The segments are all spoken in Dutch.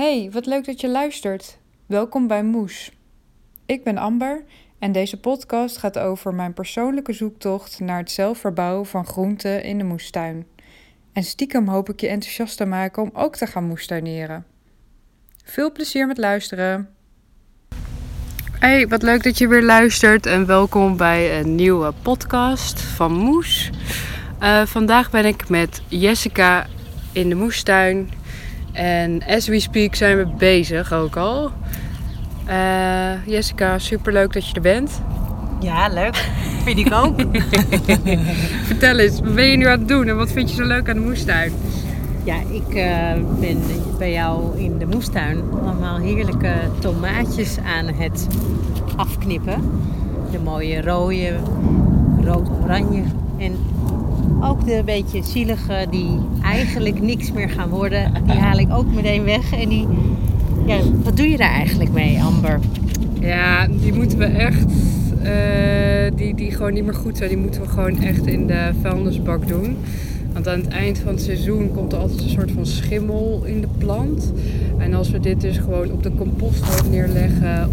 Hey, wat leuk dat je luistert. Welkom bij Moes. Ik ben Amber en deze podcast gaat over mijn persoonlijke zoektocht naar het zelf verbouwen van groenten in de moestuin. En stiekem hoop ik je enthousiast te maken om ook te gaan moestuineren. Veel plezier met luisteren. Hey, wat leuk dat je weer luistert en welkom bij een nieuwe podcast van Moes. Vandaag ben ik met Jessica in de moestuin. En as we speak zijn we bezig ook al. Jessica, superleuk dat je er bent. Ja, leuk. Vind ik ook. Vertel eens, wat ben je nu aan het doen en wat vind je zo leuk aan de moestuin? Ja, ik ben bij jou in de moestuin allemaal heerlijke tomaatjes aan het afknippen. De mooie rode, rood-oranje en ook de beetje zielige die eigenlijk niks meer gaan worden. Die haal ik ook meteen weg. En wat doe je daar eigenlijk mee, Amber? Ja, die moeten we echt, die gewoon niet meer goed zijn, die moeten we gewoon echt in de vuilnisbak doen. Want aan het eind van het seizoen komt er altijd een soort van schimmel in de plant. En als we dit dus gewoon op de composthoop neerleggen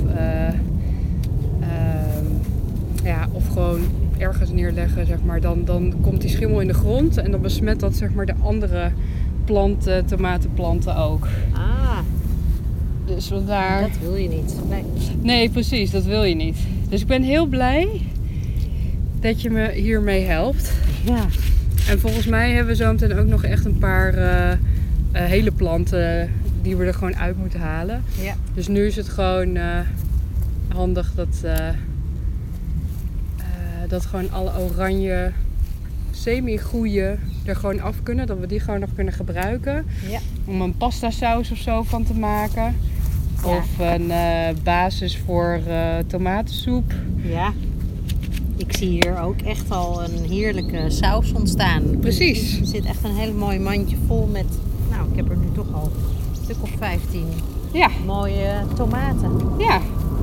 of gewoon ergens neerleggen, zeg maar, dan komt die schimmel in de grond en dan besmet dat, zeg maar, de andere planten, tomatenplanten ook. Ah, dus vandaar... Dat wil je niet. Nee, precies, dat wil je niet. Dus ik ben heel blij dat je me hiermee helpt. Ja. En volgens mij hebben we zo meteen ook nog echt een paar hele planten die we er gewoon uit moeten halen. Ja. Dus nu is het gewoon handig dat gewoon alle oranje semi-goeie er gewoon af kunnen. Dat we die gewoon nog kunnen gebruiken. Ja. Om een pasta saus of zo van te maken. Ja. Of een basis voor tomatensoep. Ja. Ik zie hier ook echt al een heerlijke saus ontstaan. Precies. Er zit echt een hele mooi mandje vol met... Nou, ik heb er nu toch al een stuk of 15 mooie tomaten. Ja.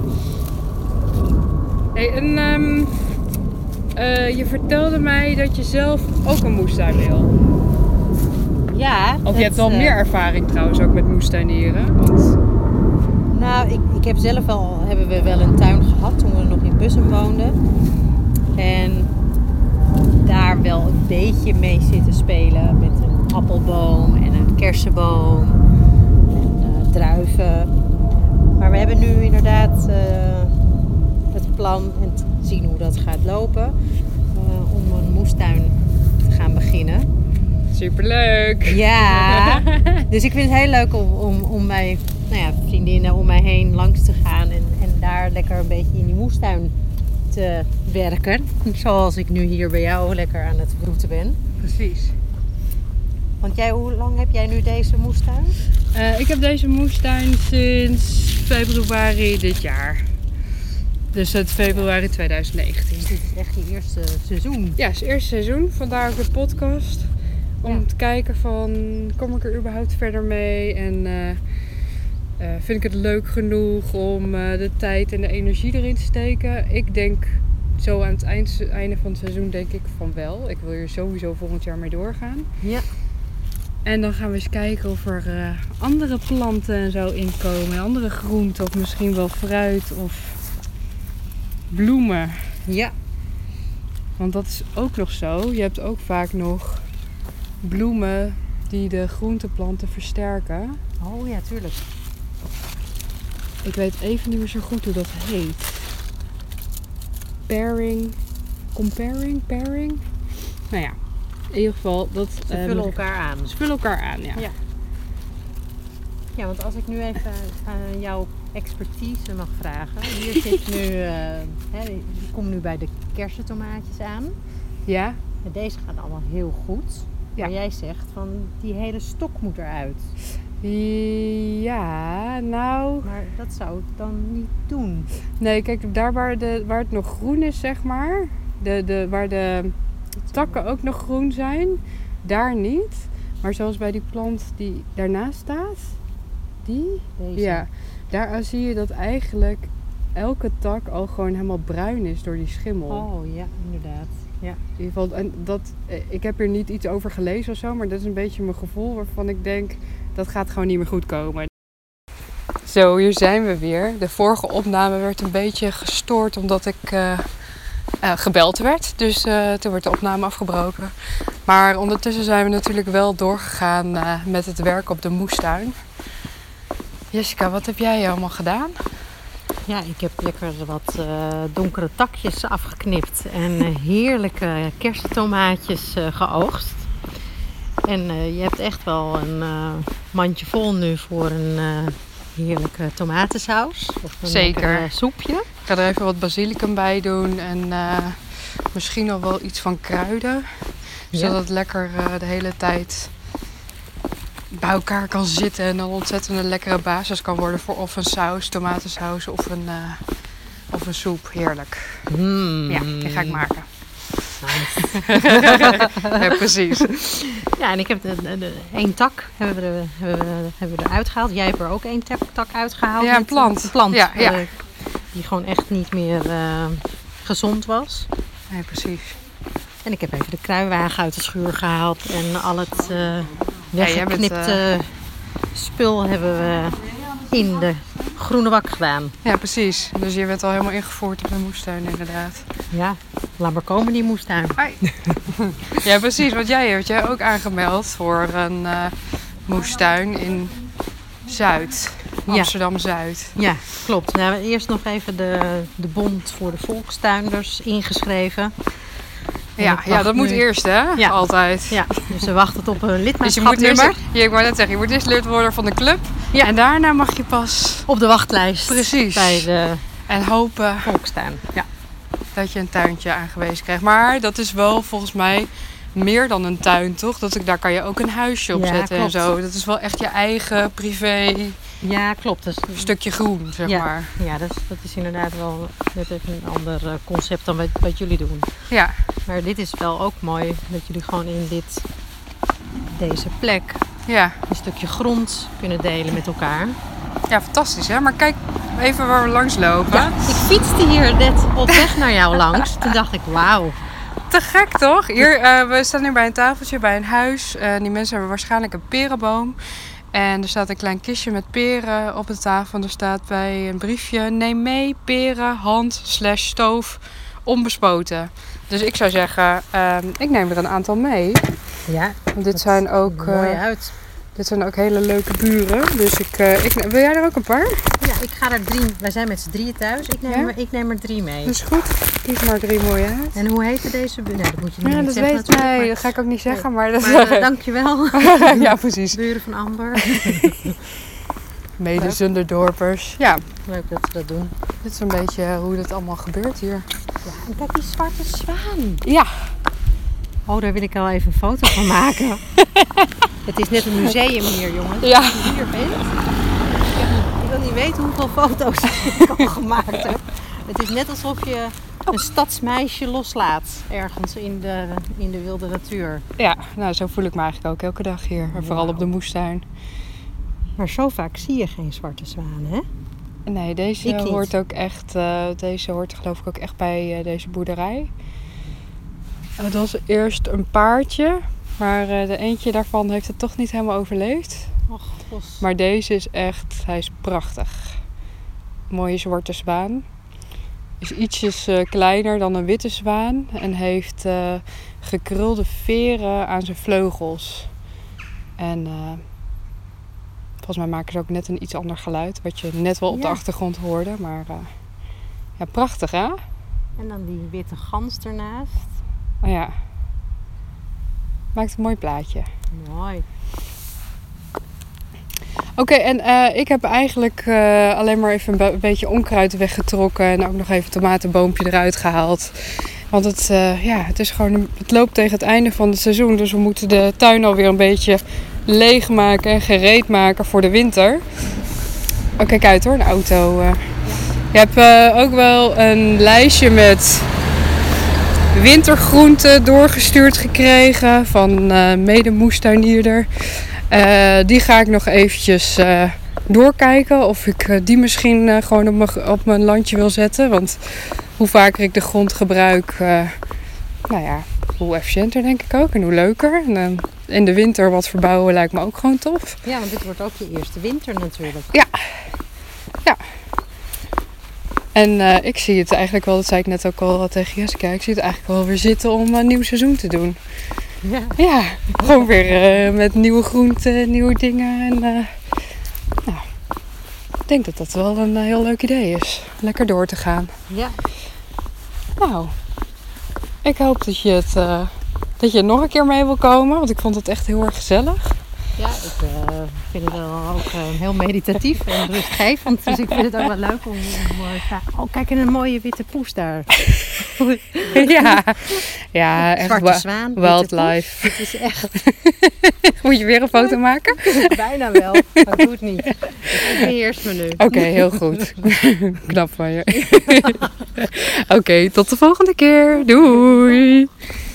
Hey, en je vertelde mij dat je zelf ook een moestuin wil. Ja. Of je hebt wel meer ervaring trouwens ook met moestuineren. Want... Nou, ik heb zelf hebben we wel een tuin gehad toen we nog in Bussum woonden. En daar wel een beetje mee zitten spelen met een appelboom en een kersenboom en druiven. Maar we hebben nu inderdaad het plan en te zien hoe dat gaat lopen om een moestuin te gaan beginnen. Superleuk! Ja, dus ik vind het heel leuk om mijn vriendinnen om mij heen langs te gaan en daar lekker een beetje in die moestuin te werken. Zoals ik nu hier bij jou lekker aan het broeten ben. Precies. Want hoe lang heb jij nu deze moestuin? Ik heb deze moestuin sinds februari dit jaar. Dus het februari 2019. Dus dit is echt je eerste seizoen. Ja, het is het eerste seizoen. Vandaar ook de podcast. Om te kijken van, kom ik er überhaupt verder mee? En vind ik het leuk genoeg om de tijd en de energie erin te steken? Ik denk zo aan het einde van het seizoen denk ik van wel. Ik wil hier sowieso volgend jaar mee doorgaan. Ja. En dan gaan we eens kijken of er andere planten en zo inkomen. Andere groenten of misschien wel fruit of bloemen. Ja. Want dat is ook nog zo. Je hebt ook vaak nog bloemen die de groenteplanten versterken. Oh ja, tuurlijk. Ik weet even niet meer zo goed hoe dat heet. Pairing. Nou ja, in ieder geval dat... Ze vullen elkaar aan. Ze vullen elkaar aan, ja. Ja, want als ik nu even aan jouw expertise mag vragen. Hier zit nu, ik kom nu bij de kersentomaatjes aan. Ja. En deze gaan allemaal heel goed. Ja. Maar jij zegt van die hele stok moet eruit. Ja, nou... Maar dat zou ik dan niet doen. Nee, kijk, daar waar het nog groen is, zeg maar. Waar de takken ook nog groen zijn. Daar niet. Maar zoals bij die plant die daarnaast staat. Deze. Ja, daar zie je dat eigenlijk elke tak al gewoon helemaal bruin is door die schimmel. Oh ja, inderdaad. Ja. In ieder geval, en ik heb hier niet iets over gelezen of zo, maar dat is een beetje mijn gevoel waarvan ik denk, dat gaat gewoon niet meer goed komen. Zo, hier zijn we weer. De vorige opname werd een beetje gestoord omdat ik gebeld werd. Dus toen werd de opname afgebroken. Maar ondertussen zijn we natuurlijk wel doorgegaan met het werk op de moestuin. Jessica, wat heb jij allemaal gedaan? Ja, ik heb lekker wat donkere takjes afgeknipt en heerlijke kersentomaatjes geoogst. En je hebt echt wel een mandje vol nu voor een heerlijke tomatensaus. Of een Zeker. Soepje. Ik ga er even wat basilicum bij doen en misschien nog wel iets van kruiden. Zodat het lekker de hele tijd bij elkaar kan zitten en dan ontzettend een lekkere basis kan worden voor of een saus, tomatensaus of een soep. Heerlijk. Ja, die ga ik maken. Nice. Ja, precies. Ja, en ik heb één tak hebben we eruit gehaald. Jij hebt er ook één tak uitgehaald. Ja, een plant. Een plant Ja. die gewoon echt niet meer gezond was. Nee, precies. En ik heb even de kruiwagen uit de schuur gehaald en al het weggeknipte spul hebben we in de groene bak gedaan. Ja, precies. Dus je bent al helemaal ingevoerd op de moestuin inderdaad. Ja, laat maar komen die moestuin. Ja, precies. Want jij hebt je ook aangemeld voor een moestuin in Zuid. Amsterdam-Zuid. Ja, klopt. Nou, we hebben eerst nog even de Bond voor de Volkstuinders ingeschreven. Ja, dat moet eerst, hè? Ja. Altijd. Ja, dus we wachten op een Dus je moet lidmaatschapnummer. eerst, ik wou net zeggen, je moet eerst lid worden van de club. Ja. En daarna mag je pas Op de wachtlijst. Precies. Bij de en hopen Volkstuin. Ja. dat je een tuintje aangewezen krijgt. Maar dat is wel volgens mij meer dan een tuin, toch? Daar kan je ook een huisje op Ja, zetten en klopt. zo. Dat is wel echt je eigen privé Ja, klopt. Dus, stukje groen, zeg maar. Ja, dat is inderdaad wel net even een ander concept dan wat jullie doen. Ja, Maar dit is wel ook mooi dat jullie gewoon in deze plek ja. een stukje grond kunnen delen met elkaar. Ja, fantastisch, hè? Maar kijk even waar we langs lopen. Ja, ik fietste hier net op weg naar jou langs. Toen dacht ik, wauw. Te gek, toch? Hier, we staan nu bij een tafeltje, bij een huis. Die mensen hebben waarschijnlijk een perenboom. En er staat een klein kistje met peren op de tafel. En er staat bij een briefje: neem mee peren, hand/stoof, onbespoten. Dus ik zou zeggen, ik neem er een aantal mee. Ja, Want dit zijn ook, mooi uit. dit zijn ook hele leuke buren. Dus wil jij er ook een paar? Ja, ik ga er 3. Wij zijn met z'n drieën thuis. Ik neem er 3 mee. Dat is goed. Kies maar 3 mooie uit. En hoe heette deze buur? Nee, dat moet je Ja, niet dat zeggen weet natuurlijk. Nee, dat ga ik ook niet zeggen. Maar dat Dankjewel. ja, precies. Buren van Amber. Medezunderdorpers. Ja, Leuk dat ze dat doen. dit is een beetje hoe dit allemaal gebeurt hier. Ja, en kijk die zwarte zwaan. Ja. Oh, daar wil ik al even een foto van maken. Het is net een museum hier, jongens. Ja. Als je hier bent. Ik wil niet weten hoeveel foto's ik al gemaakt heb. Het is net alsof je een stadsmeisje loslaat ergens in de wilde natuur. Ja, nou zo voel ik me eigenlijk ook elke dag hier. En vooral op de moestuin. Maar zo vaak zie je geen zwarte zwaan, hè? Nee, Ik deze niet. hoort ook echt, deze hoort geloof ik ook echt bij deze boerderij. Het was eerst een paardje, maar de eentje daarvan heeft het toch niet helemaal overleefd. Och, gos. Maar deze is echt, hij is prachtig. Mooie zwarte zwaan. Is ietsjes kleiner dan een witte zwaan en heeft gekrulde veren aan zijn vleugels. En volgens mij maken ze ook net een iets ander geluid, wat je net wel op de achtergrond hoorde. Maar ja, prachtig, hè? En dan die witte gans ernaast. Oh ja. Maakt een mooi plaatje. Mooi. Oké, en ik heb eigenlijk alleen maar even een beetje onkruid weggetrokken. En ook nog even een tomatenboompje eruit gehaald. Want het is gewoon het loopt tegen het einde van het seizoen. Dus we moeten de tuin alweer een beetje leegmaken en gereed maken voor de winter. Oh, kijk uit hoor, een auto. Je hebt ook wel een lijstje met wintergroenten doorgestuurd gekregen van mede-moestuinierder. Die ga ik nog eventjes doorkijken of ik die misschien gewoon op mijn landje wil zetten. Want hoe vaker ik de grond gebruik, hoe efficiënter denk ik ook en hoe leuker. En in de winter wat verbouwen lijkt me ook gewoon tof. Ja, want dit wordt ook je eerste winter natuurlijk. Ja. En ik zie het eigenlijk wel, dat zei ik net ook al tegen Jessica, ik zie het eigenlijk wel weer zitten om een nieuw seizoen te doen. Ja. Ja, gewoon weer met nieuwe groenten, nieuwe dingen. En ik denk dat dat wel een heel leuk idee is. Lekker door te gaan. Ja. Nou, ik hoop dat je nog een keer mee wil komen, want ik vond het echt heel erg gezellig. Ja, ik vind het wel ook heel meditatief en rustgevend. Dus ik vind het ook wel leuk om oh, kijk, een mooie witte poes daar. Ja, echt Zwarte zwaan, wildlife. Het is echt... Moet je weer een foto maken? Bijna wel, maar doe het niet. Ik beheers me nu. Oké, heel goed. Knap van je. Oké, tot de volgende keer. Doei!